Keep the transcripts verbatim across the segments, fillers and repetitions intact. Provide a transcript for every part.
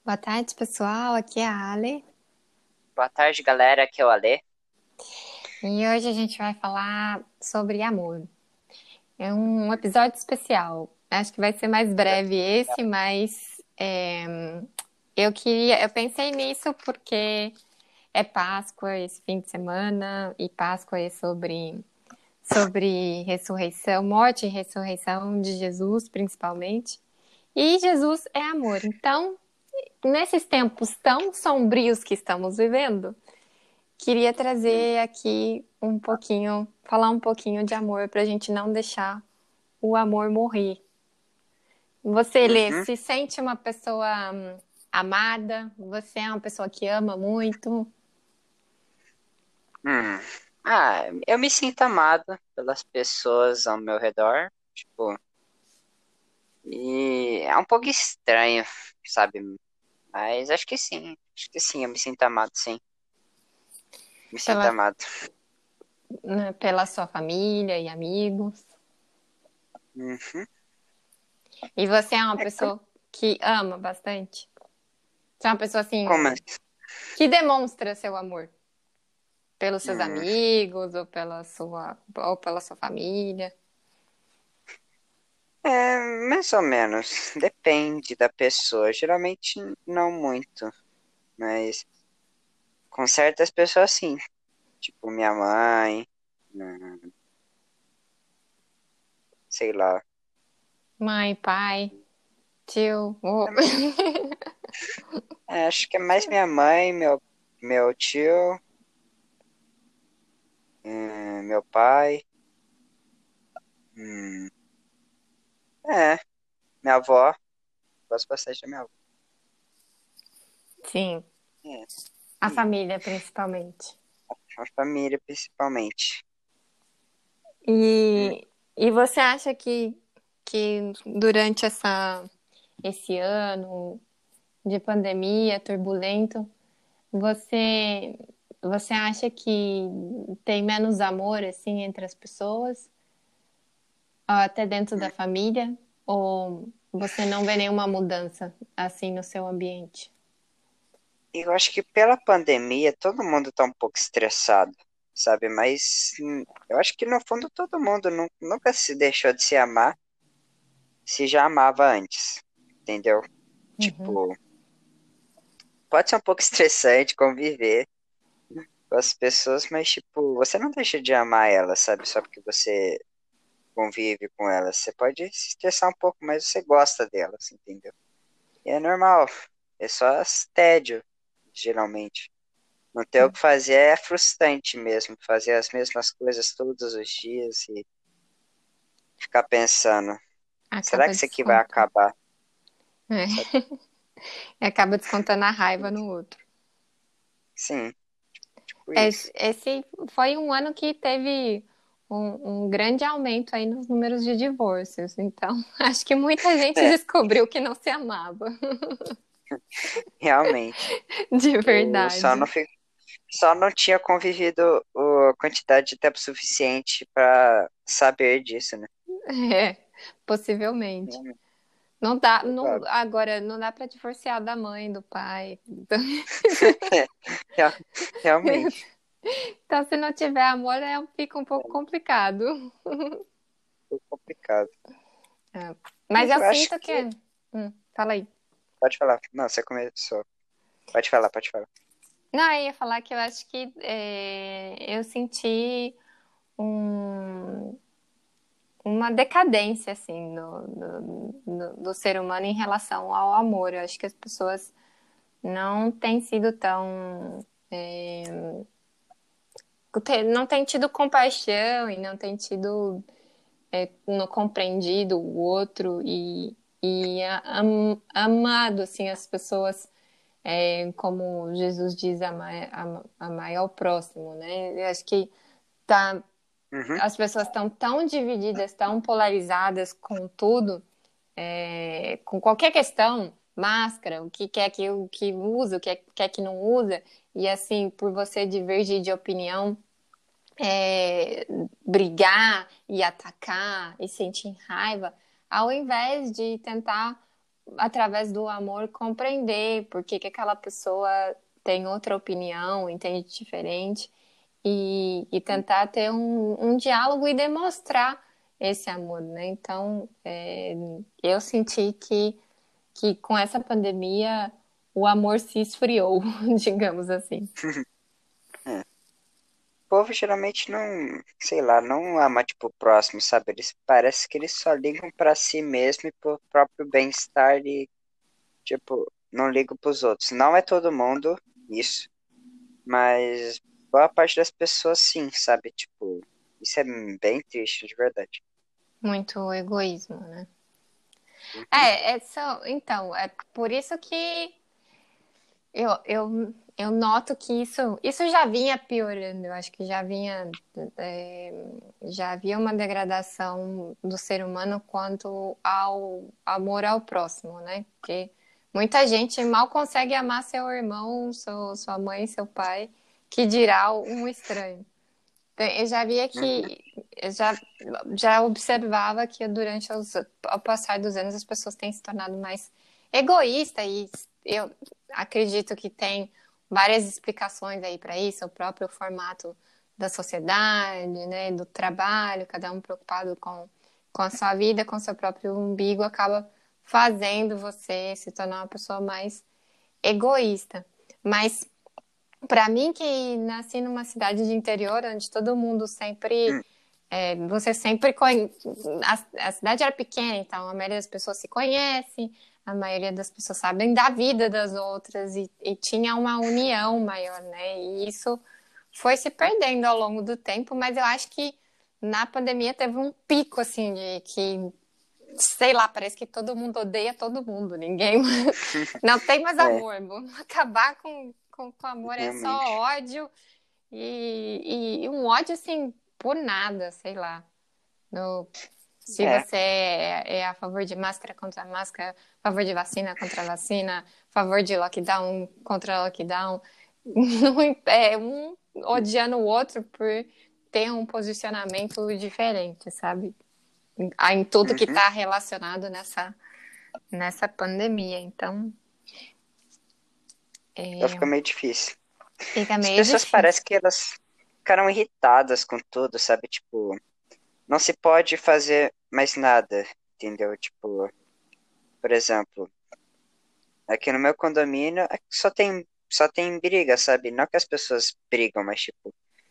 Boa tarde, pessoal. Aqui é a Ale. Boa tarde, galera. Aqui é o Alê. E hoje a gente vai falar sobre amor. É um episódio especial. Acho que vai ser mais breve esse, mas é, eu queria, eu pensei nisso porque é Páscoa esse fim de semana e Páscoa é sobre sobre ressurreição, morte e ressurreição de Jesus, principalmente. E Jesus é amor. Então, nesses tempos tão sombrios que estamos vivendo, queria trazer aqui um pouquinho, falar um pouquinho de amor para a gente não deixar o amor morrer. Você, Lê, Uhum. se sente uma pessoa hum, amada? Você é uma pessoa que ama muito? Hum. Ah, eu me sinto amado pelas pessoas ao meu redor, tipo, e é um pouco estranho, sabe? Mas acho que sim, acho que sim, eu me sinto amado, sim. Me sinto Pela, amado. né, pela sua família e amigos? Uhum. E você é uma É como, pessoa que ama bastante? Você é uma pessoa como assim assim? que demonstra seu amor pelos seus Hum. amigos ou pela sua ou pela sua família? É, mais ou menos, depende da pessoa, geralmente não muito, mas com certas pessoas sim, tipo minha mãe, hum, sei lá. Mãe, pai, tio, vô. É, acho que é mais minha mãe, meu, meu tio, hum, meu pai. Hum, é, minha avó. Gosto bastante da minha avó. Sim, É, a e família principalmente. a família principalmente. Hum, E, e você acha que, que durante essa, esse ano de pandemia turbulento, você, você acha que tem menos amor assim entre as pessoas, até dentro da família? Ou você não vê nenhuma mudança assim no seu ambiente? eu acho que pela pandemia todo mundo tá um pouco estressado, sabe? Mas hum, eu acho que no fundo todo mundo nu- nunca se deixou de se amar se já amava antes, entendeu? Uhum. Tipo, pode ser um pouco estressante conviver com as pessoas, mas tipo, você não deixa de amar elas, sabe? Só porque você convive com elas. Você pode se estressar um pouco, mas você gosta delas, entendeu? E é normal. É só tédio, geralmente. Não ter o que fazer é frustrante mesmo. Fazer as mesmas coisas todos os dias e ficar pensando: será Acaba que isso aqui vai descontando. acabar? É. Sabe? E acaba descontando a raiva no outro. Sim, tipo Esse, isso. esse foi um ano que teve um, um grande aumento aí nos números de divórcios. Então, acho que muita gente É, descobriu que não se amava, realmente. de Eu só não, verdade. fi- só não tinha convivido a quantidade de tempo suficiente para saber disso, né? É, possivelmente. Realmente, Não dá, não, provável. agora não dá para divorciar da mãe, do pai. Real- Realmente, Então, se não tiver amor, é, fica um pouco é complicado. um pouco complicado. É. Mas Mas eu eu acho sinto que. que. Hum, fala aí. Pode falar. Não, você começou. Pode falar, pode falar. Não, eu ia falar que eu acho que é, eu senti um, uma decadência assim do, do, do- do ser humano em relação ao amor. Eu acho que as pessoas não têm sido tão te- não têm tido compaixão e não têm tido é, no- compreendido o outro e, e a- am- amado assim as pessoas é, como Jesus diz amar, am- amar ao próximo, né? Eu acho que tá Uhum. as pessoas estão tão divididas, tão polarizadas com tudo, é, com qualquer questão, máscara, o que quer que o que usa, o que quer que não usa, e assim, por você divergir de opinião, é, brigar e atacar e sentir raiva, ao invés de tentar através do amor, compreender por que que aquela pessoa tem outra opinião, entende diferente, e, e tentar ter um, um diálogo e demonstrar esse amor, né? Então, é, eu senti que, que com essa pandemia o amor se esfriou, digamos assim. É. O povo geralmente não, sei lá, não ama, tipo, o próximo, sabe? Eles parece que eles só ligam pra si mesmo e pro próprio bem-estar e, tipo, não ligam pros outros. Não é todo mundo isso, mas boa parte das pessoas sim, sabe? Tipo, isso é bem triste, de verdade. Muito egoísmo, né? Uhum, É, é só, então, é por isso que eu, eu, eu noto que isso, isso já vinha piorando, eu acho que já vinha, é, já havia uma degradação do ser humano quanto ao amor ao próximo, né? Porque muita gente mal consegue amar seu irmão, seu, sua mãe, seu pai, que dirá um estranho. Então, eu já via uhum, que, eu já, já observava que durante os, ao passar dos anos as pessoas têm se tornado mais egoístas e eu acredito que tem várias explicações aí para isso, o próprio formato da sociedade, né, do trabalho, cada um preocupado com, com a sua vida, com seu próprio umbigo, acaba fazendo você se tornar uma pessoa mais egoísta. Mas para mim, que nasci numa cidade de interior, onde todo mundo sempre. uhum, É, você sempre. Conhe... A, a cidade era pequena, então a maioria das pessoas se conhece, a maioria das pessoas sabem da vida das outras, e, e tinha uma união maior, né? E isso foi se perdendo ao longo do tempo, mas eu acho que na pandemia teve um pico, assim, de que. Sei lá, parece que todo mundo odeia todo mundo, ninguém. Não tem mais é, amor, vamos acabar com, com, com amor, é só realmente. ódio e, e, e um ódio assim por nada, sei lá. No, se É, você é, é a favor de máscara contra máscara, a favor de vacina contra vacina, a favor de lockdown contra lockdown, não é um odiando o outro por ter um posicionamento diferente, sabe? Em, em tudo que uhum. está relacionado nessa, nessa pandemia. Então, Então é, fica meio difícil. fica As meio pessoas parecem difícil. que elas ficaram irritadas com tudo, sabe? Tipo, não se pode fazer mais nada, entendeu? Tipo, por exemplo, aqui no meu condomínio aqui só tem, só tem briga, sabe? Não que as pessoas brigam, mas tipo,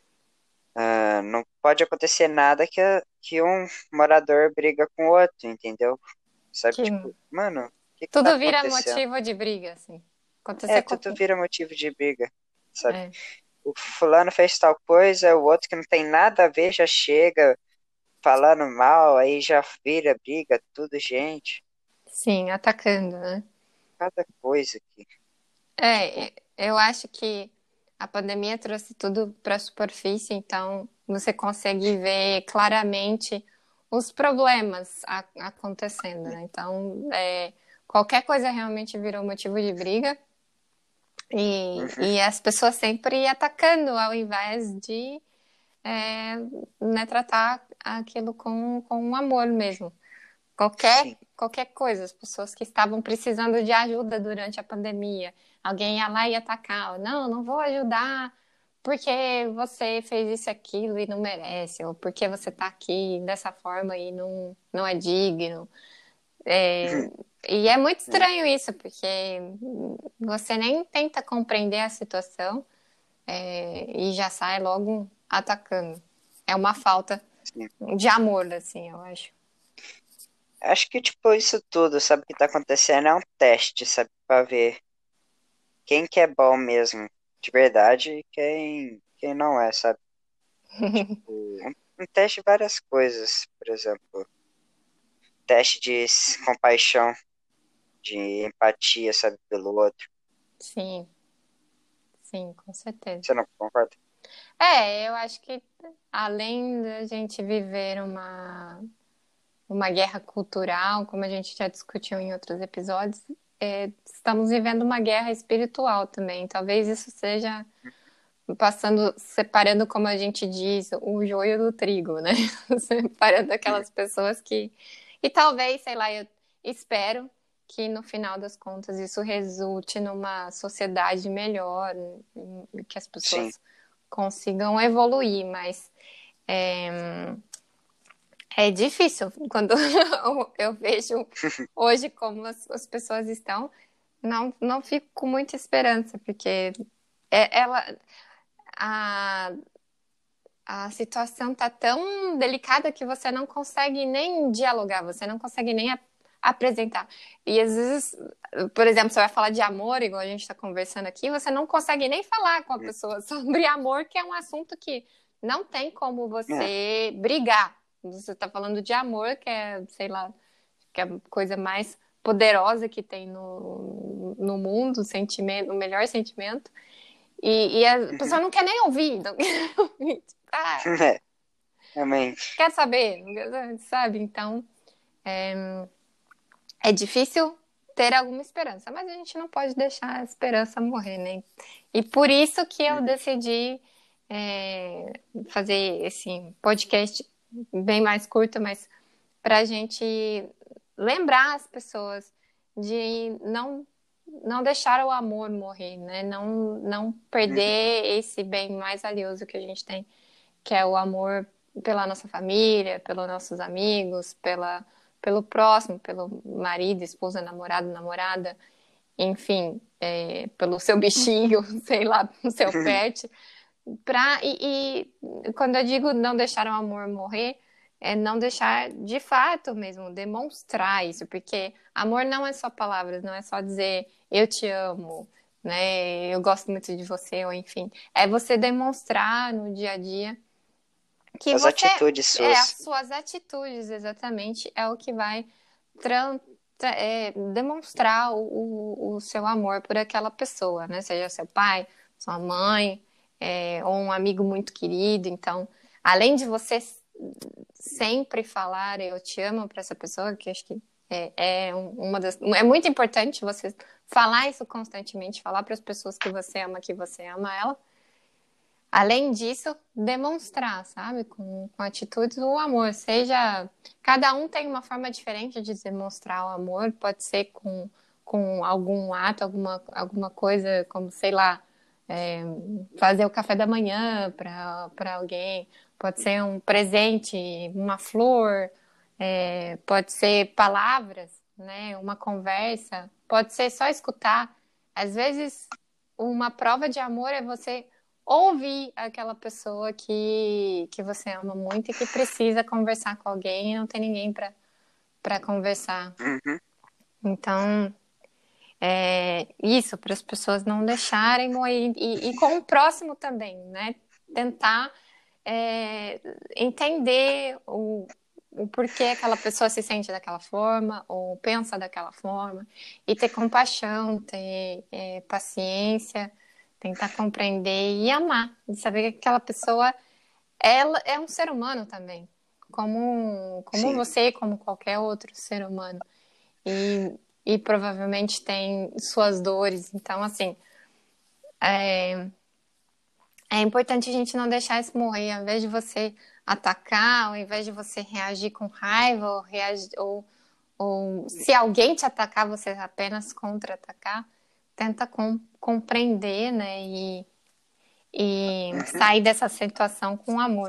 ah, não pode acontecer nada que, a- que um morador briga com o outro, entendeu? Sabe? Que Tipo, mano, o que que tá tudo vira acontecendo? motivo de briga, assim. É, Acontecer tudo qualquer. vira motivo de briga, sabe? É, O fulano fez tal coisa, o outro que não tem nada a ver já chega falando mal, aí já vira briga, tudo, gente. sim, atacando, né? Cada coisa aqui. Tipo, É, eu acho que a pandemia trouxe tudo para a superfície, então você consegue ver claramente os problemas a- acontecendo, né? Então, é, qualquer coisa realmente virou motivo de briga e, uhum, e as pessoas sempre atacando ao invés de é, né, tratar aquilo com, com um amor mesmo. Qualquer, sim. qualquer coisa, as pessoas que estavam precisando de ajuda durante a pandemia, alguém ia lá e atacar, não, não vou ajudar porque você fez isso e aquilo e não merece, ou porque você está aqui dessa forma e não, não é digno. É, Uhum, e é muito é, estranho isso, porque você nem tenta compreender a situação, é, e já sai logo atacando. É uma falta sim. de amor, assim, eu acho. Acho que, tipo, isso tudo, sabe, o que tá acontecendo é um teste, sabe, pra ver quem que é bom mesmo, de verdade, e quem, quem não é, sabe? Tipo, um, um teste de várias coisas, por exemplo, teste de s- compaixão, de empatia, sabe, pelo outro. Sim, sim, com certeza. Você não concorda? É, eu acho que além da gente viver uma, uma guerra cultural, como a gente já discutiu em outros episódios, é, estamos vivendo uma guerra espiritual também. Talvez isso seja passando, separando, como a gente diz, o joio do trigo, né? Separando aquelas pessoas que. E talvez, sei lá, eu espero que no final das contas isso resulte numa sociedade melhor, que as Sim. pessoas consigam evoluir, mas é, é difícil quando eu vejo hoje como as, as pessoas estão, não, não fico com muita esperança, porque é, ela, a, a situação tá tão delicada que você não consegue nem dialogar, você não consegue nem ap- apresentar. E às vezes, por exemplo, você vai falar de amor, igual a gente está conversando aqui, você não consegue nem falar com a pessoa sobre amor, que é um assunto que não tem como É, você brigar. Você está falando de amor, que é, sei lá, que é a coisa mais poderosa que tem no, no mundo, o sentimento, o melhor sentimento. E, e a pessoa uhum. não quer nem ouvir, não quer ouvir. Tipo, ah, É, realmente. quer saber, não quer- sabe? Então, é, é difícil ter alguma esperança, mas a gente não pode deixar a esperança morrer, né? E por isso que eu Uhum. decidi é, fazer esse podcast bem mais curto, mas para a gente lembrar as pessoas de não não deixar o amor morrer, né? Não não Uhum. perder esse bem mais valioso que a gente tem, que é o amor pela nossa família, pelos nossos amigos, pela pelo próximo, pelo marido, esposa, namorado, namorada, enfim, é, pelo seu bichinho, sei lá, o seu pet. Pra, e, e quando eu digo não deixar o amor morrer, é não deixar de fato mesmo, demonstrar isso, porque amor não é só palavras, não é só dizer eu te amo, né? Eu gosto muito de você, ou enfim. É você demonstrar no dia a dia que As você atitudes é as suas. suas atitudes exatamente é o que vai tran- tra- é, demonstrar o, o, o seu amor por aquela pessoa, né? Seja seu pai, sua mãe, é, ou um amigo muito querido. Então, além de você sempre falar eu te amo para essa pessoa, que acho que é, é um- uma das, é muito importante você falar isso constantemente, falar para as pessoas que você ama, que você ama ela. Além disso, demonstrar, sabe, com, com atitudes o amor. Seja. Cada um tem uma forma diferente de demonstrar o amor, pode ser com, com algum ato, alguma, alguma coisa, como, sei lá, é, fazer o café da manhã para para alguém, pode ser um presente, uma flor, é, pode ser palavras, né, uma conversa, pode ser só escutar. Às vezes, uma prova de amor é você ouvir aquela pessoa que, que você ama muito e que precisa conversar com alguém e não tem ninguém para para conversar. Uhum. Então, é isso, para as pessoas não deixarem morrer. E, e com o próximo também, né? Tentar é, entender o, o porquê aquela pessoa se sente daquela forma ou pensa daquela forma e ter compaixão, ter é, paciência, tentar compreender e amar, e saber que aquela pessoa ela é um ser humano também, como, como Sim, você, como qualquer outro ser humano. E, e provavelmente tem suas dores. Então, assim, é, é importante a gente não deixar isso morrer. Ao invés de você atacar, ao invés de você reagir com raiva, ou, reagir, ou, ou se alguém te atacar, você apenas contra-atacar, tenta com, compreender, né? E, e uhum. sair dessa situação com amor.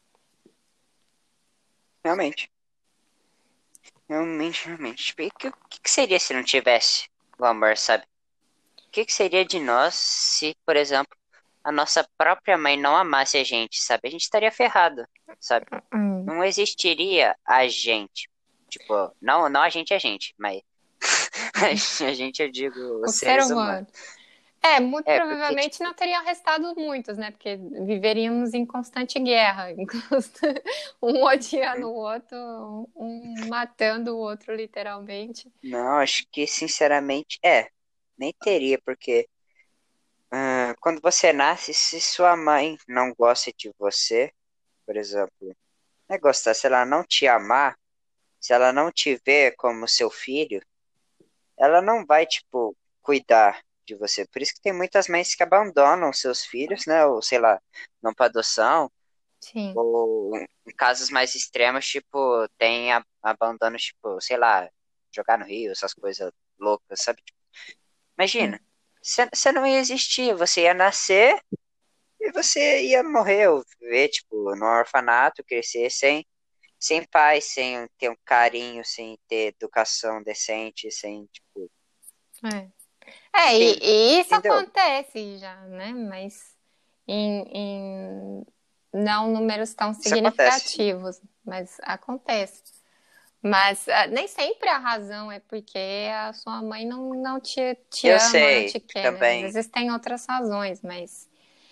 Realmente. Realmente, realmente. Tipo, e o que, o que que seria se não tivesse o amor, sabe? O que que seria de nós se, por exemplo, a nossa própria mãe não amasse a gente, sabe? A gente estaria ferrado, sabe? Hum. Não existiria a gente. Tipo, não, não a gente, a gente, mas a gente, eu digo, O os ser seres humanos. humano. É, muito É, porque, provavelmente tipo, não teriam restado muitos, né? Porque viveríamos em constante guerra, em consta- um odiando hum, o outro, um matando o outro, literalmente. não, acho que sinceramente é. Nem teria, porque ah, quando você nasce, se sua mãe não gosta de você, por exemplo, não é gostar, se ela não te amar, se ela não te ver como seu filho, ela não vai, tipo, cuidar de você. Por isso que tem muitas mães que abandonam seus filhos, né? Ou, sei lá, não para adoção, Sim. ou em casos mais extremos, tipo, tem a- abandono, tipo, sei lá, jogar no rio, essas coisas. louca, sabe? Imagina, você não ia existir, você ia nascer e você ia morrer ou viver, tipo, num orfanato, crescer sem, sem pais, sem ter um carinho, sem ter educação decente, sem, tipo, É, é e, enfim, e isso entendeu? acontece já, né? Mas em, em não números tão Isso acontece, sim. significativos, mas acontece. Mas ah, nem sempre a razão é porque a sua mãe não, não te, te Eu ama, não sei, te quer, né? Às também, vezes tem outras razões, mas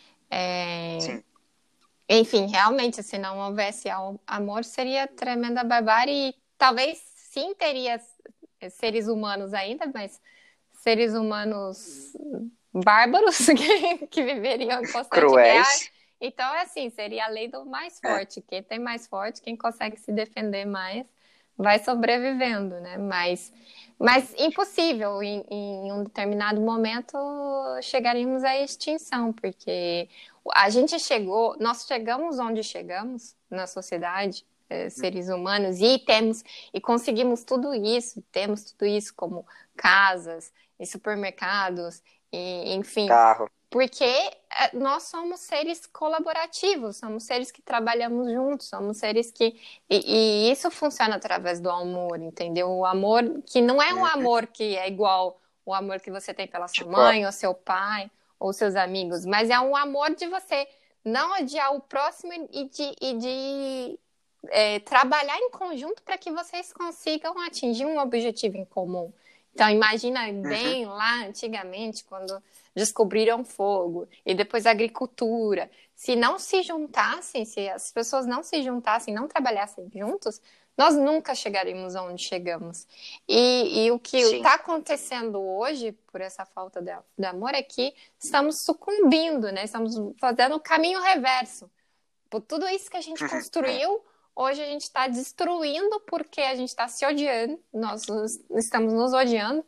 é, sim. enfim, realmente, se não houvesse am- amor, seria tremenda barbárie e talvez sim teria seres humanos ainda, mas seres humanos bárbaros que, que viveriam em constante guerra. Cruéis. Então, é assim, seria a lei do mais É. forte. Quem tem mais forte, quem consegue se defender mais, vai sobrevivendo, né? Mas, mas impossível, em, em um determinado momento, chegaríamos à extinção, porque a gente chegou, nós chegamos onde chegamos na sociedade, eh, seres humanos, e temos, e conseguimos tudo isso, temos tudo isso como casas e supermercados, e, enfim, Carro. porque eh, nós somos seres colaborativos, somos seres que trabalhamos juntos, somos seres que. E, e isso funciona através do amor, entendeu? O amor que não é um Uhum. amor que é igual o amor que você tem pela sua Tipo, mãe, ou seu pai, ou seus amigos, mas é um amor de você não odiar o próximo e de, e de é, trabalhar em conjunto para que vocês consigam atingir um objetivo em comum. Então, imagina uhum. bem lá antigamente, quando descobriram fogo e depois a agricultura. Se não se juntassem, se as pessoas não se juntassem, não trabalhassem juntos, nós nunca chegaríamos onde chegamos. E, e o que Sim. está acontecendo hoje, por essa falta de, de amor, é que estamos sucumbindo, né? Estamos fazendo o caminho reverso. Por tudo isso que a gente É. construiu, hoje a gente está destruindo porque a gente está se odiando, nós estamos nos odiando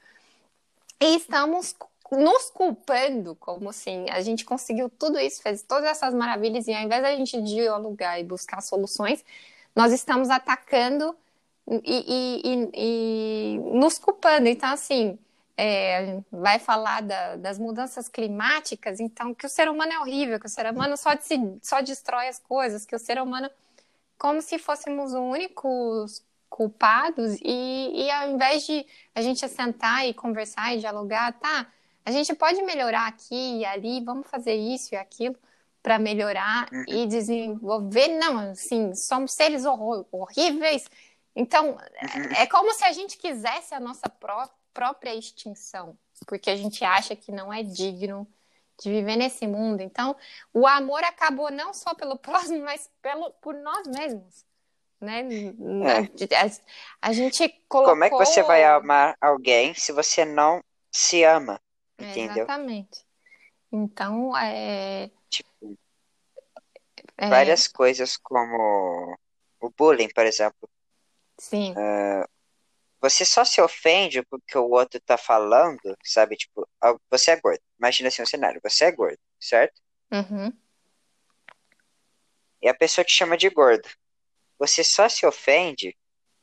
e estamos nos culpando, como assim, a gente conseguiu tudo isso, fez todas essas maravilhas, e ao invés da gente dialogar e buscar soluções, nós estamos atacando e, e, e, e nos culpando. Então, assim, é, vai falar da, das mudanças climáticas, então, que o ser humano é horrível, que o ser humano só, de, só destrói as coisas, que o ser humano, como se fôssemos os únicos culpados, e, e ao invés de a gente sentar e conversar e dialogar, tá, a gente pode melhorar aqui e ali, vamos fazer isso e aquilo para melhorar Uhum. e desenvolver, não, assim, somos seres horror, horríveis, então Uhum. é como se a gente quisesse a nossa pró própria extinção, porque a gente acha que não é digno de viver nesse mundo. Então, o amor acabou não só pelo próximo, mas pelo, por nós mesmos, né? É. A, a gente Como é que você vai colocou... amar alguém se você não se ama? É, Entendeu? exatamente. Então, é, Tipo, é, várias coisas como o bullying, por exemplo. sim, Você só se ofende porque o outro tá falando, sabe? Tipo, ah, você é gordo. Imagina assim um cenário. Você é gordo, certo? uhum, E a pessoa te chama de gordo. Você só se ofende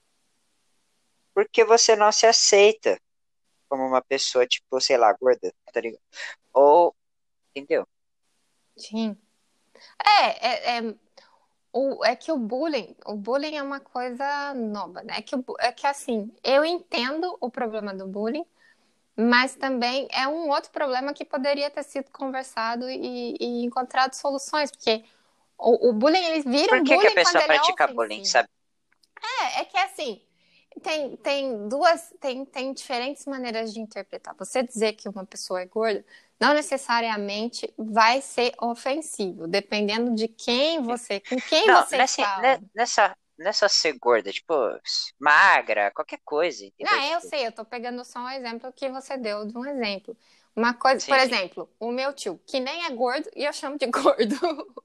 porque você não se aceita como uma pessoa, tipo, sei lá, gorda, tá ligado? Ou, entendeu? sim. É, é, é, o, é que o bullying, o bullying é uma coisa nova, né? É que, o bu- é que assim, eu entendo o problema do bullying, mas também é um outro problema que poderia ter sido conversado e, e encontrado soluções, porque o, o bullying, ele vira Por um que que a bullying quando pessoa ele é pratica bullying, ofensivo. sabe? É, é que assim, tem, tem duas, tem, tem diferentes maneiras de interpretar. Você dizer que uma pessoa é gorda não necessariamente vai ser ofensivo, dependendo de quem você, com quem Não, você nessa, fala. ne- nessa, nessa ser gorda, tipo, magra, qualquer coisa, entendeu? Não, eu Tipo, sei, eu tô pegando só um exemplo que você deu de um exemplo. Uma coisa, por sim, sim. exemplo, o meu tio, que nem é gordo, e eu chamo de gordo,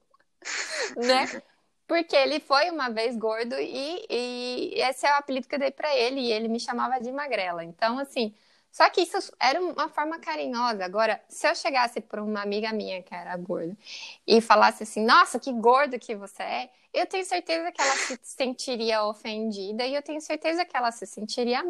né? Porque ele foi uma vez gordo e, e esse é o apelido que eu dei pra ele, e ele me chamava de magrela. Então, assim, só que isso era uma forma carinhosa. Agora, se eu chegasse pra uma amiga minha que era gorda e falasse assim, nossa, que gordo que você é, eu tenho certeza que ela se sentiria ofendida e eu tenho certeza que ela se sentiria mal.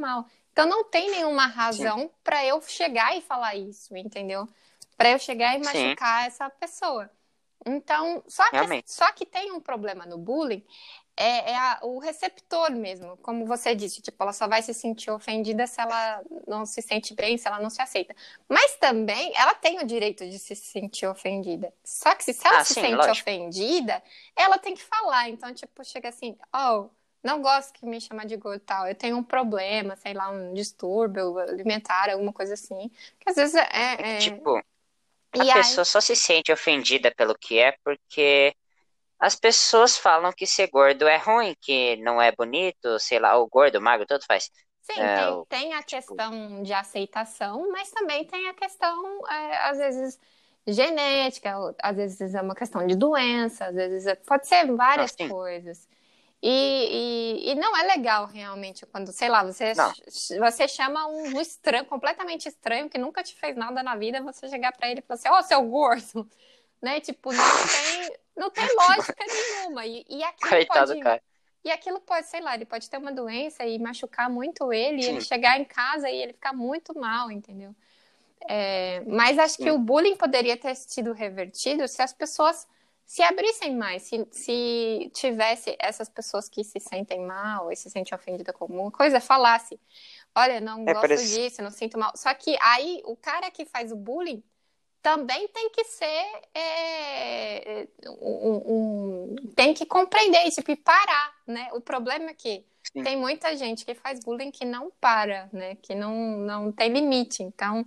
Então não tem nenhuma sim, razão para eu chegar e falar isso, entendeu? Para eu chegar e sim, machucar essa pessoa. Então, só que, realmente. só que tem um problema no bullying, é, é a- o receptor mesmo, como você disse, tipo, ela só vai se sentir ofendida se ela não se sente bem, se ela não se aceita. Mas também ela tem o direito de se sentir ofendida. Só que se, se ela Ah, se sim, sente lógico. ofendida, ela tem que falar. Então, tipo, chega assim, oh, não gosto que me chama de gordo tal, eu tenho um problema, sei lá, um distúrbio alimentar, alguma coisa assim. Que às vezes é, É que, é... tipo, a E aí, pessoa só se sente ofendida pelo que é porque as pessoas falam que ser gordo é ruim, que não é bonito, sei lá, ou gordo, magro, tanto faz. sim, É, tem, o- tem a tipo, questão de aceitação, mas também tem a questão, é, às vezes, genética, ou, às vezes é uma questão de doença, às vezes é- pode ser não, várias sim, coisas. E, e, e não é legal realmente quando, sei lá, você, não. você chama um estranho, completamente estranho, que nunca te fez nada na vida, você chegar pra ele e falar assim, ô, seu gordo, né? Tipo, não tem, não tem lógica nenhuma. E, e aquilo Coitado, pode cara. e aquilo pode, sei lá, ele pode ter uma doença e machucar muito ele, e ele Sim, chegar em casa e ele ficar muito mal, entendeu? É, mas acho que sim, o bullying poderia ter sido revertido se as pessoas se abrissem mais, se, se tivesse essas pessoas que se sentem mal e se sentem ofendidas com alguma coisa, falasse, olha, não é por gosto isso. disso, não sinto mal. Só que aí o cara que faz o bullying também tem que ser é, um, um- tem que compreender isso, tipo, e parar, né? O problema é que Sim, tem muita gente que faz bullying que não para, né? Que não, não tem limite. Então,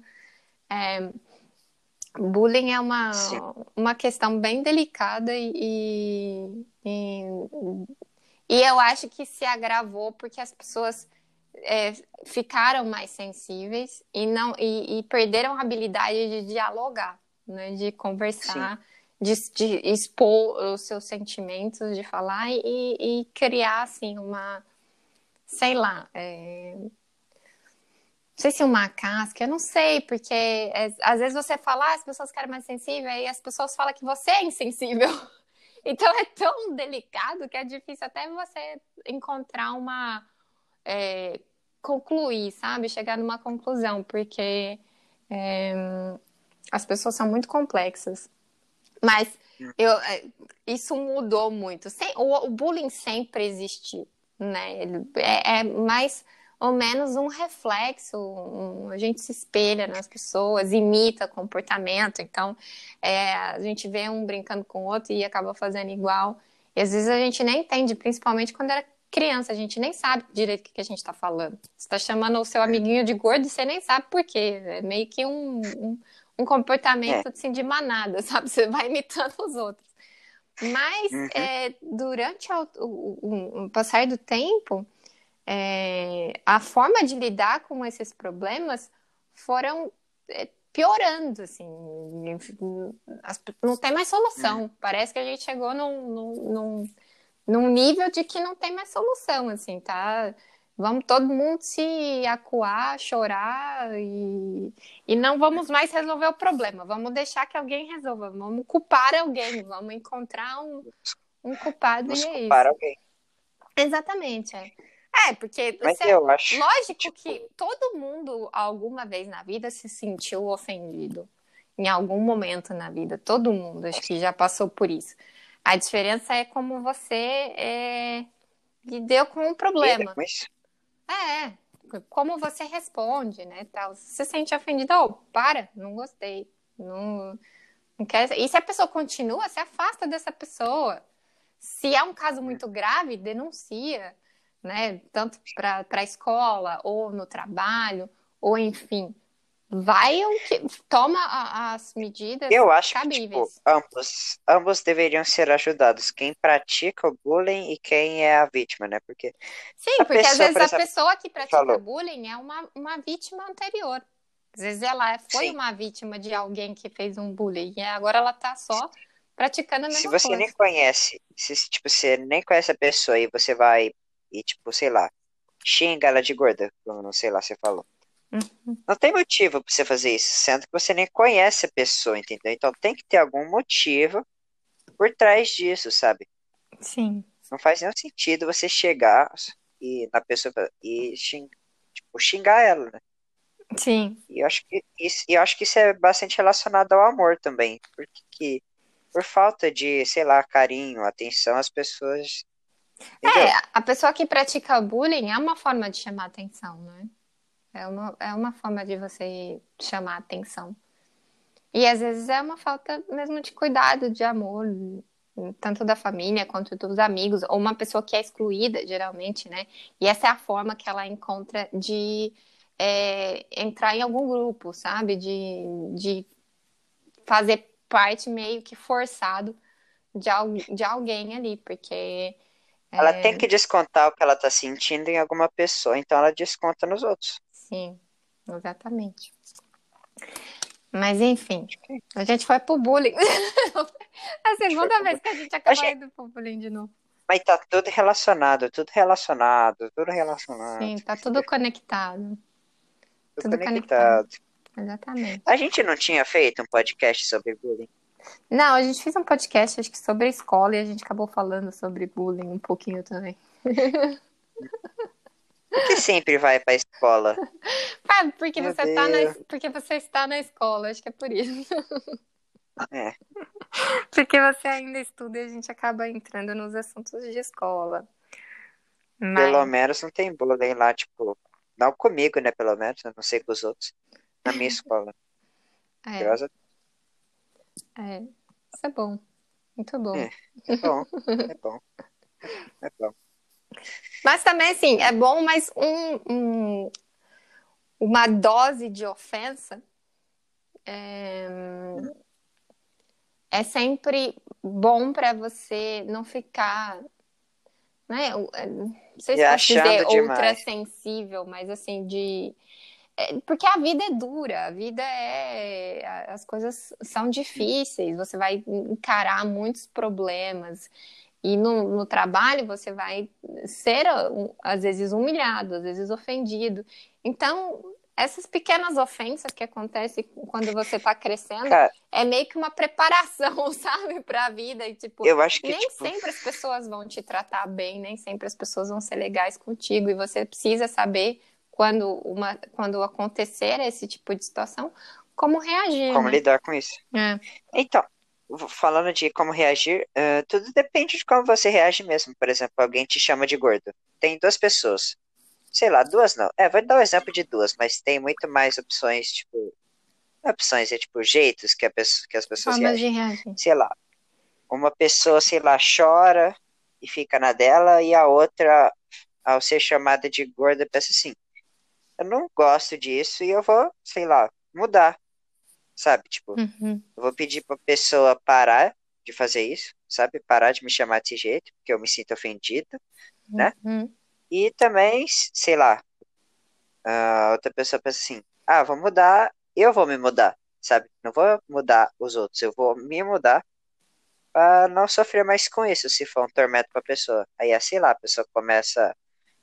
bullying é sim, uma, uma questão bem delicada e, e, e eu acho que se agravou porque as pessoas é, ficaram mais sensíveis e não e, e perderam a habilidade de dialogar, né? De sim. conversar, de, de expor os seus sentimentos, de falar e, e criar assim uma, sei lá, é, não sei se uma casca, eu não sei, porque é, às vezes você fala, ah, as pessoas querem mais sensível, e as pessoas falam que você é insensível. Então é tão delicado que é difícil até você encontrar uma é, concluir, sabe? Chegar numa conclusão, porque é, as pessoas são muito complexas. Mas eu, é, isso mudou muito. Sem, o, o bullying sempre existiu, né? Ele é, é mais ou menos um reflexo. Um, a gente se espelha nas pessoas, imita comportamento. Então, é, a gente vê um brincando com o outro e acaba fazendo igual. E às vezes a gente nem entende, principalmente quando era criança, a gente nem sabe direito o que, que a gente está falando. Você está chamando o seu amiguinho de gordo e você nem sabe por quê. É meio que um, um um É. comportamento assim, de manada, sabe? Você vai imitando os outros. Mas Uhum. é, durante o, o, o, passar do tempo, é, a forma de lidar com esses problemas foram é, piorando, assim, não tem mais Uhum. solução. Parece que a gente chegou num, num, num num nível de que não tem mais solução, assim, tá? Vamos todo mundo se acuar, chorar e, e não vamos mais resolver o problema. Vamos deixar que alguém resolva. Vamos culpar alguém. Vamos encontrar um, um culpado e Vamos é culpar isso. alguém. Exatamente, é. É, porque Mas você, eu acho que, lógico que tipo, todo mundo alguma vez na vida se sentiu ofendido. Em algum momento na vida, todo mundo acho que já passou por isso. A diferença é como você é, lidou com o lida problema. com isso. É, é, como você responde, né, tal. Se você se sente ofendido, oh, para, não gostei. Não, não quer... E se a pessoa continua, se afasta dessa pessoa. Se é um caso Uhum. muito grave, denuncia, né? Tanto para a escola, ou no trabalho, ou enfim. Vai o que toma a- as medidas Eu acho que, tipo, cabíveis. ambos, ambos deveriam ser ajudados. Quem pratica o bullying e quem é a vítima, né? Porque Sim, a porque às pessoa, vezes por a exemplo, pessoa que você pratica falou, bullying é uma, uma vítima anterior. Às vezes ela foi sim, uma vítima de alguém que fez um bullying e agora ela tá só praticando a se mesma você nem coisa. conhece, se, tipo, você nem conhece a pessoa e você vai e, tipo, sei lá, xinga ela de gorda, como, não sei lá, você falou. Não tem motivo pra você fazer isso, sendo que você nem conhece a pessoa, entendeu? Então tem que ter algum motivo por trás disso, sabe? Sim. Não faz nenhum sentido você chegar e na pessoa e xingar. tipo, xingar ela, né? Sim. E eu acho que isso, e eu acho que isso é bastante relacionado ao amor também. Porque que, por falta de, sei lá, carinho, atenção, as pessoas. É, Entendeu? a pessoa que pratica bullying é uma forma de chamar atenção, né? É uma, é uma forma de você chamar atenção. E às vezes é uma falta mesmo de cuidado, de amor, tanto da família quanto dos amigos, ou uma pessoa que é excluída, geralmente, né? E essa é a forma que ela encontra de é, entrar em algum grupo, sabe? De, de fazer parte meio que forçado de, al, de alguém ali, porque Ela tem que descontar o que ela tá sentindo em alguma pessoa, então ela desconta nos outros. sim, exatamente. Mas enfim, Acho que a gente foi pro bullying. A a gente foi segunda pro... vez que a gente A acaba gente... indo pro bullying de novo. Mas tá tudo relacionado, tudo relacionado, tudo relacionado. Sim, tá tudo conectado. Tudo Tudo conectado. conectado. A Exatamente. gente não tinha feito um podcast sobre bullying? Não, a gente fez um podcast, acho que sobre a escola, e a gente acabou falando sobre bullying um pouquinho também. Por que sempre vai pra escola? Ah, porque Meu você tá na, Deus. porque você está na escola, acho que é por isso. É, Porque você ainda estuda e a gente acaba entrando nos assuntos de escola. pelo Mas, menos não tem bullying lá, tipo, não comigo, né, pelo menos, eu não sei com os outros, na minha escola. é, Graças é, isso é bom, muito a... bom. É, é bom, é bom, é bom. Mas também, assim, é É. bom, mas um, um- uma dose de ofensa é, é sempre bom para você não ficar, né? eu- é, Não sei E se posso dizer achando ultra demais. sensível, mas assim, de. é, Porque a vida é dura, a vida é. a- As coisas são difíceis, você vai encarar muitos problemas. E no, no trabalho você vai ser, um, às vezes, humilhado, às vezes ofendido. Então, essas pequenas ofensas que acontecem quando você está crescendo Cara, é meio que uma preparação, sabe, para a vida. E, tipo, eu acho que, nem tipo, sempre as pessoas vão te tratar bem, nem sempre as pessoas vão ser legais contigo. E você precisa saber, quando, uma, quando acontecer esse tipo de situação, como reagir, como né? lidar com isso. É. Então, v- falando de como reagir, eh, tudo depende de como você reage mesmo. Por exemplo, alguém te chama de gordo. Tem duas pessoas. Sei lá, duas não. É, vou dar um exemplo de duas, mas tem muito mais opções, tipo. Não é opções, é tipo jeitos que, a pessoa, que as pessoas Formas de reagem. reagir. Sei lá, uma pessoa, sei lá, chora e fica na dela, e a outra, ao ser chamada de gorda, pensa assim: eu não gosto disso e eu vou, sei lá, mudar, sabe? Tipo, Uhum. eu vou pedir pra pessoa parar de fazer isso, sabe? Parar de me chamar desse jeito, porque eu me sinto ofendida, né? Uhum. E também, sei lá, a outra pessoa pensa assim: ah, vou mudar, eu vou me mudar, sabe? Não vou mudar os outros, eu vou me mudar pra não sofrer mais com isso, se for um tormento pra pessoa. Aí, é, sei lá, a pessoa começa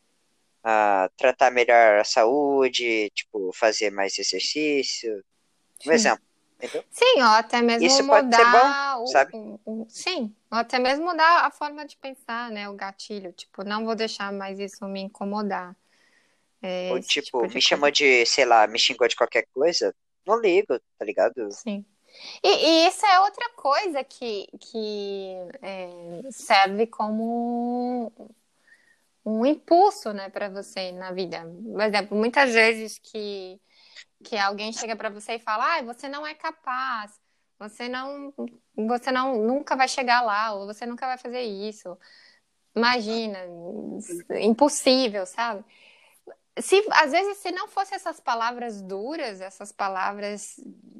a tratar melhor a saúde, tipo, fazer mais exercício. Um Sim. exemplo, entendeu? Sim, ou até mesmo Isso pode ser bom, mudar o, sabe? o- o- sim, ou até mesmo mudar a forma de pensar, né? O gatilho. Tipo, não vou deixar mais isso me incomodar. É, Ou, esse tipo tipo, de me coisa. chamou de, sei lá, me xingou de qualquer coisa. Não ligo, tá ligado? Sim. E, e isso é outra coisa que, que é, serve como um impulso, né, para você na vida. Por exemplo, muitas vezes que que alguém chega para você e fala, ah, você não é capaz, você não, você não nunca vai chegar lá, ou você nunca vai fazer isso. Imagina, impossível, sabe? Se às vezes se não fosse essas palavras duras, essas palavras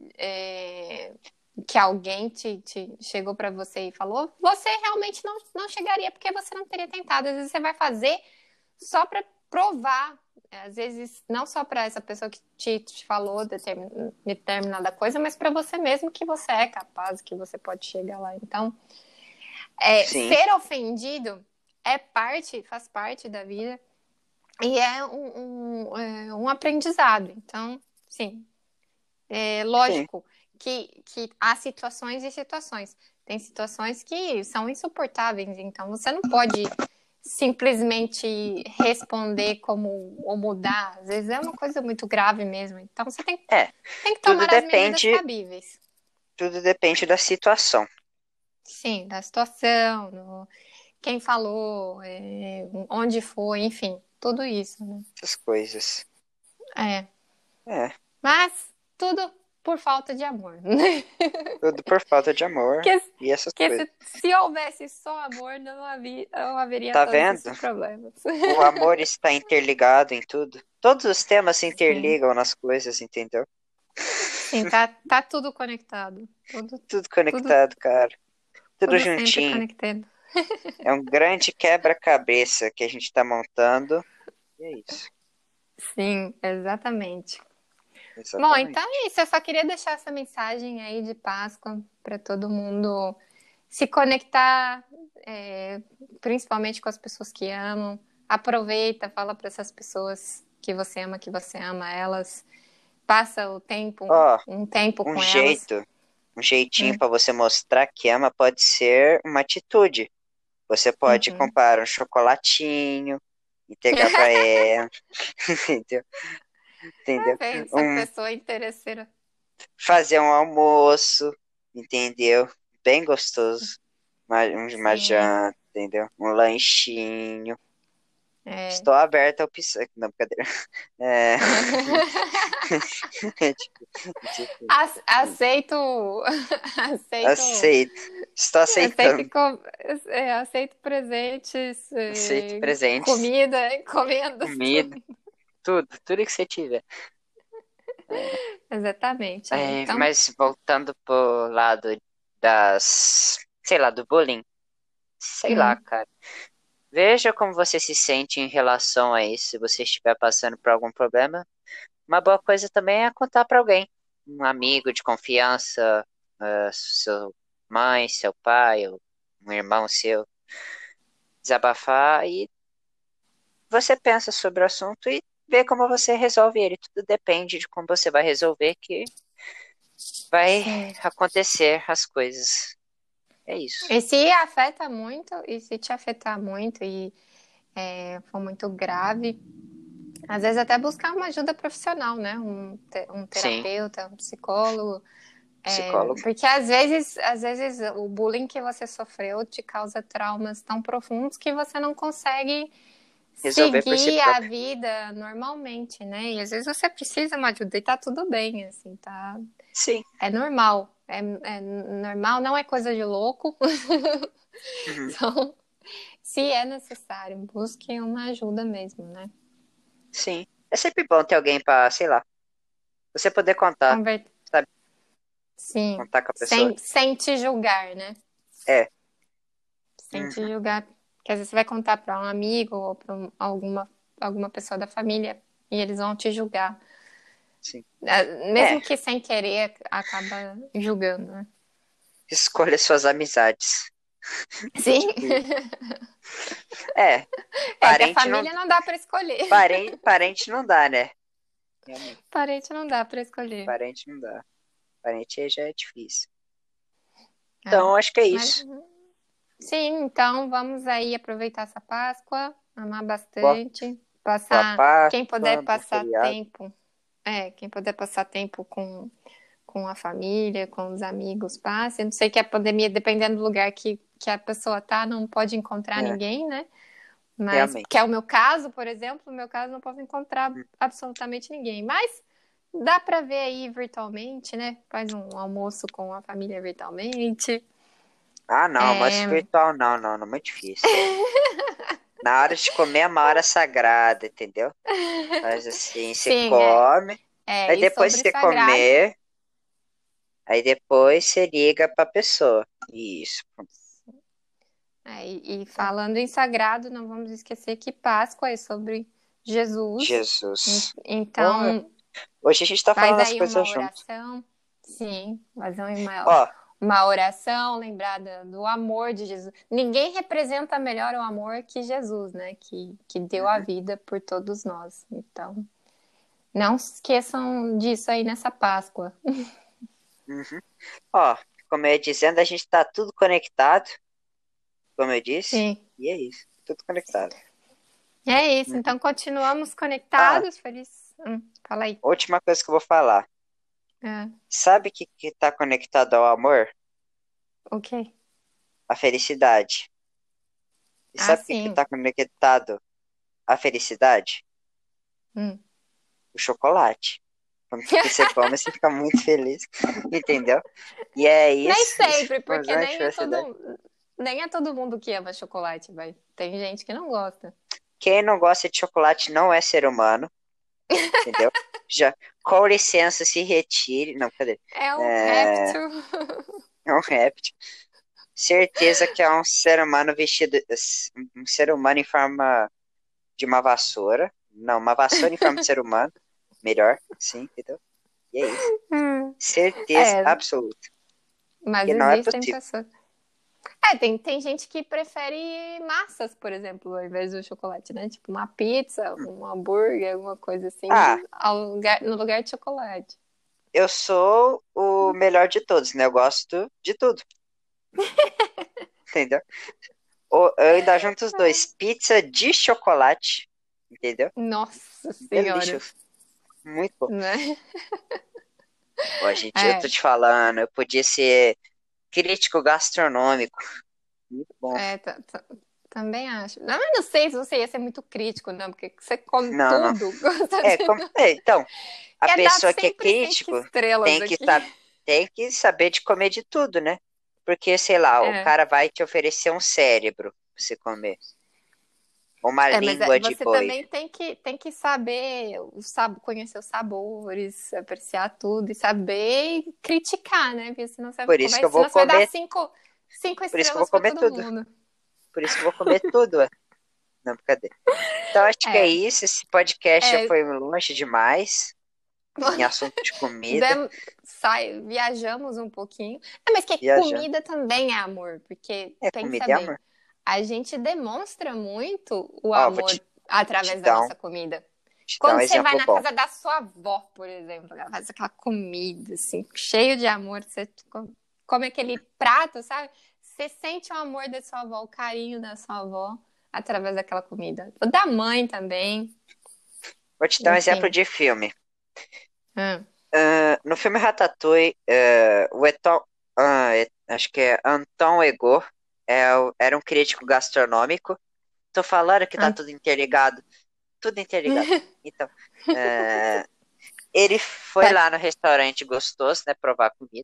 é, que alguém te, te chegou para você e falou, você realmente não, não chegaria porque você não teria tentado. Às vezes você vai fazer só para provar, às vezes não só para essa pessoa que te, te falou determin, determinada coisa, mas para você mesmo que você é capaz, que você pode chegar lá. Então, é, Sim, ser ofendido é parte, faz parte da vida e é um, um, é um aprendizado. Então, sim, é sim. lógico que, que há situações e situações. Tem situações que são insuportáveis, então você não pode simplesmente responder como ou mudar. Às vezes é uma coisa muito grave mesmo. Então você tem, É, tem que tudo tomar as medidas depende, cabíveis. tudo depende da situação. Sim, da situação, no- quem falou, é, onde foi, enfim, tudo isso, né? Essas coisas. É. É, Mas tudo por falta de amor, né? tudo por falta de amor Que, e essas que coisas. se, se houvesse só amor, não, havia, não haveria Tá todos vendo? esses problemas. O amor está interligado em tudo. Todos os temas se Sim, interligam nas coisas, entendeu? sim, tá, tá tudo conectado. Tudo, Tudo tudo, conectado, cara. Tudo tudo sempre juntinho. conectado. É um grande quebra-cabeça que a gente tá montando. E é isso. Sim, exatamente. Bom, então é Exatamente. isso. Eu só queria deixar essa mensagem aí de Páscoa para todo mundo se conectar, é, principalmente com as pessoas que amam. Aproveita, fala para essas pessoas que você ama, que você ama elas. Passa o tempo, Ó, um tempo um com elas. jeito, um jeitinho Hum, para você mostrar que ama pode ser uma atitude. Você pode uhum. comprar um chocolatinho, entregar para ela, entendeu? Tá Entendeu? vendo? Essa Um, pessoa interesseira. fazer um almoço, entendeu? Bem gostoso. Uma, um- uma Sim, janta, entendeu? Um lanchinho. é. Estou aberta ao opção. Não, brincadeira. É... tipo, tipo, Ac- Aceito, aceito, aceito. Estou aceito, aceitando. co- é, aceito presentes, Aceito é, presentes, comida, encomendas, comida, tudo. tudo, tudo que você tiver. Exatamente. É. É, Então, mas voltando pro lado das, sei lá, do bullying, sei lá, hum, cara. Veja como você se sente em relação a isso. Se você estiver passando por algum problema, uma boa coisa também é contar para alguém, um amigo de confiança, eh, seu mãe, seu pai, ou um irmão seu, desabafar e você pensa sobre o assunto e vê como você resolve ele. Tudo depende de como você vai resolver que vai sim. acontecer as coisas. É isso. E se afeta muito, e se te afetar muito e é, for muito grave, às vezes até buscar uma ajuda profissional, né? Um, te- um Sim, terapeuta, um psicólogo. É, psicólogo. porque às vezes, às vezes o bullying que você sofreu te causa traumas tão profundos que você não consegue Resolver por si seguir a próprio. vida normalmente, né? E às vezes você precisa de uma ajuda e tá tudo bem, assim, tá? Sim. É normal. É, é normal, não é coisa de louco. Uhum. Então, se é necessário, busque uma ajuda mesmo, né? Sim. É sempre bom ter alguém para, sei lá, você poder contar, Conver... sabe? Sim, Contar com a pessoa. sem, sem te julgar, né? É. Sem te Uhum. julgar. Porque às vezes você vai contar para um amigo ou para alguma, alguma pessoa da família e eles vão te julgar. Sim. Ah, É. mesmo que sem querer, acaba julgando, né? Escolha suas amizades. Sim. Tipo isso. É. É que a Parente não, família não dá para escolher. parente, parente não dá, né? Realmente. Parente não dá para escolher. Parente não dá. Parente aí já é difícil. É. Então, acho que é Mas, isso. sim, então vamos aí aproveitar essa Páscoa, amar Boa, bastante, boa passar, quem puder Páscoa, bom passar feriado. tempo, é, quem puder passar tempo com com a família, com os amigos, passe. Eu não sei que a pandemia, dependendo do lugar que, que a pessoa tá, não pode encontrar É, ninguém, né? Mas, que é realmente. o meu caso, por exemplo, no meu caso, não posso encontrar Hum. absolutamente ninguém. Mas dá para ver aí virtualmente, né? Faz um almoço com a família virtualmente. Ah, não, mas É, virtual não, não, não, muito difícil. Na hora de comer é uma hora sagrada, entendeu? Mas assim, você sim, é, come, é. aí E depois sobre você sagrado, comer, aí depois você liga pra pessoa. Isso. é, e, e falando em sagrado, não vamos esquecer que Páscoa é sobre Jesus. En- Jesus. Porra, Então, hoje a gente tá faz falando as aí uma coisas junto. oração, sim, fazer uma, Ó, uma oração, lembrada do amor de Jesus. Ninguém representa melhor o amor que Jesus, né? Que, que deu a uhum, vida por todos nós. Então, não se esqueçam disso aí nessa Páscoa. uhum. Ó, como eu ia dizendo, a gente tá tudo conectado, como eu disse, Sim, e é isso. tudo conectado. É isso, Uhum. então continuamos Ah, conectados, feliz. Hum, fala aí. última coisa que eu vou falar. É, Sabe o que que tá conectado ao amor? ok. A felicidade. E Ah, sabe o que que sim. tá conectado à felicidade? Hum. O chocolate. Quando você come, você fica muito feliz, entendeu? E é Nem isso, isso sempre, é porque uma nem é felicidade. todo, nem é todo mundo que ama chocolate, vai. Tem gente que não gosta. Quem não gosta de chocolate não é ser humano, entendeu? Já, com licença, se retire. Não, cadê? É um É, réptil. é um réptil. Certeza que é um ser humano vestido. Um ser humano em forma de uma vassoura. Não, uma vassoura em forma de ser humano. Melhor, sim, entendeu? E é isso. Hum. Certeza É, absoluta. mas Que não é existem possível. pessoas. É, tem, tem gente que prefere massas, por exemplo, ao invés do chocolate, né? Tipo uma pizza, um hambúrguer, alguma coisa assim, Ah, ao lugar, no lugar de chocolate. eu sou o melhor de todos, né? Eu gosto de tudo, entendeu? Ou eu ainda junto os dois. Pizza de chocolate, entendeu? Nossa Senhora, Delicious. Muito bom. né? Ó, gente, eu tô É, te falando, eu podia ser crítico gastronômico. Muito bom. é, ta- ta- também acho. Não, mas não sei se você ia ser muito crítico, não, porque você come Não, não. tudo. Gosta É, de... como... é, então, a Ia dar pessoa que é sempre cinco crítico estrelas tem que, aqui. sab... tem que saber de comer de tudo, né? Porque, sei lá, o É. cara vai te oferecer um cérebro pra você comer. Uma É, mas é- língua de você boi. também tem que, tem que saber, o sab- conhecer os sabores, apreciar tudo e saber criticar, né? Porque senão você Por isso vai, que eu vou senão você vai dar comer, cinco, cinco por isso que eu vou estrelas para comer todo tudo. mundo. Por isso que eu vou comer tudo, ué. Não, brincadeira. Então, acho que é É, isso. Esse podcast já é, foi longe demais em assunto de comida. dem- sai, viajamos um pouquinho. É, mas que Viajando. comida também é amor, porque É pensa comida e bem, amor. a gente demonstra muito o Ó, vou amor te, te através da dar um, nossa comida. te dar um Quando você vai exemplo na bom. casa da sua avó, por exemplo, ela faz aquela comida, assim, cheio de amor, você co- come aquele prato, sabe? Você sente o amor da sua avó, o carinho da sua avó através daquela comida. Da mãe também, Vou te dar um exemplo enfim. de filme. Hum. Ah, no filme Ratatouille, eh, o Eton, ah, é- acho que é Anton Ego, é, o- era um crítico gastronômico. Tô falando que tá An- tudo interligado. Tudo interligado. Então, eh, ele foi Pode. lá no restaurante gostoso, né, provar comida.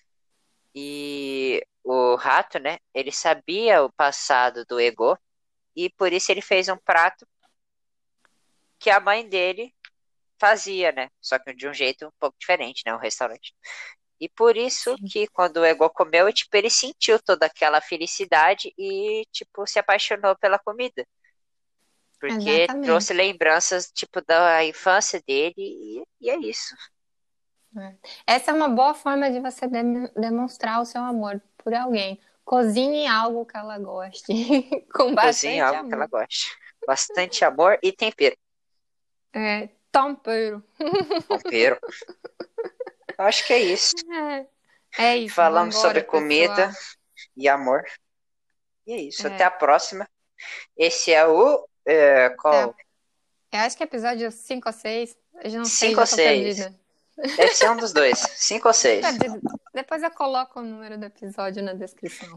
E o rato, né, ele sabia o passado do Ego e por isso ele fez um prato que a mãe dele fazia, né? Só que de um jeito um pouco diferente, né? Um restaurante. E por isso Sim, que quando o Ego comeu, tipo, ele sentiu toda aquela felicidade e, tipo, se apaixonou pela comida. Porque trouxe exatamente. lembranças, tipo, da infância dele e, e é isso. É. Essa é uma boa forma de você dem- demonstrar o seu amor por alguém. Cozinhe algo que ela goste, com Cozinha bastante algo que ela amor. goste. Bastante amor e tempero. É, tempero. Tempero. Eu acho que é isso. É, é isso, Falamos sobre vambora, comida pessoal. e amor. E é isso. Até É, a próxima. Esse é o. É, tá. qual? Eu acho que é episódio cinco ou seis. Eu não sei, Cinco já ou tô seis? perdida. Deve ser um dos dois. Cinco ou Tô seis? perdida. Depois eu coloco o número do episódio na descrição.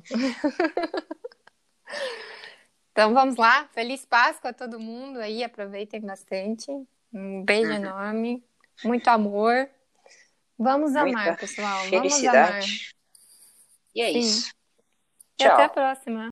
Então vamos lá. Feliz Páscoa a todo mundo aí. Aproveitem bastante. Um beijo Uhum. enorme. Muito amor. Vamos amar, Muita pessoal. Vamos amar. felicidade. E é Sim. isso. E até a Tchau. próxima.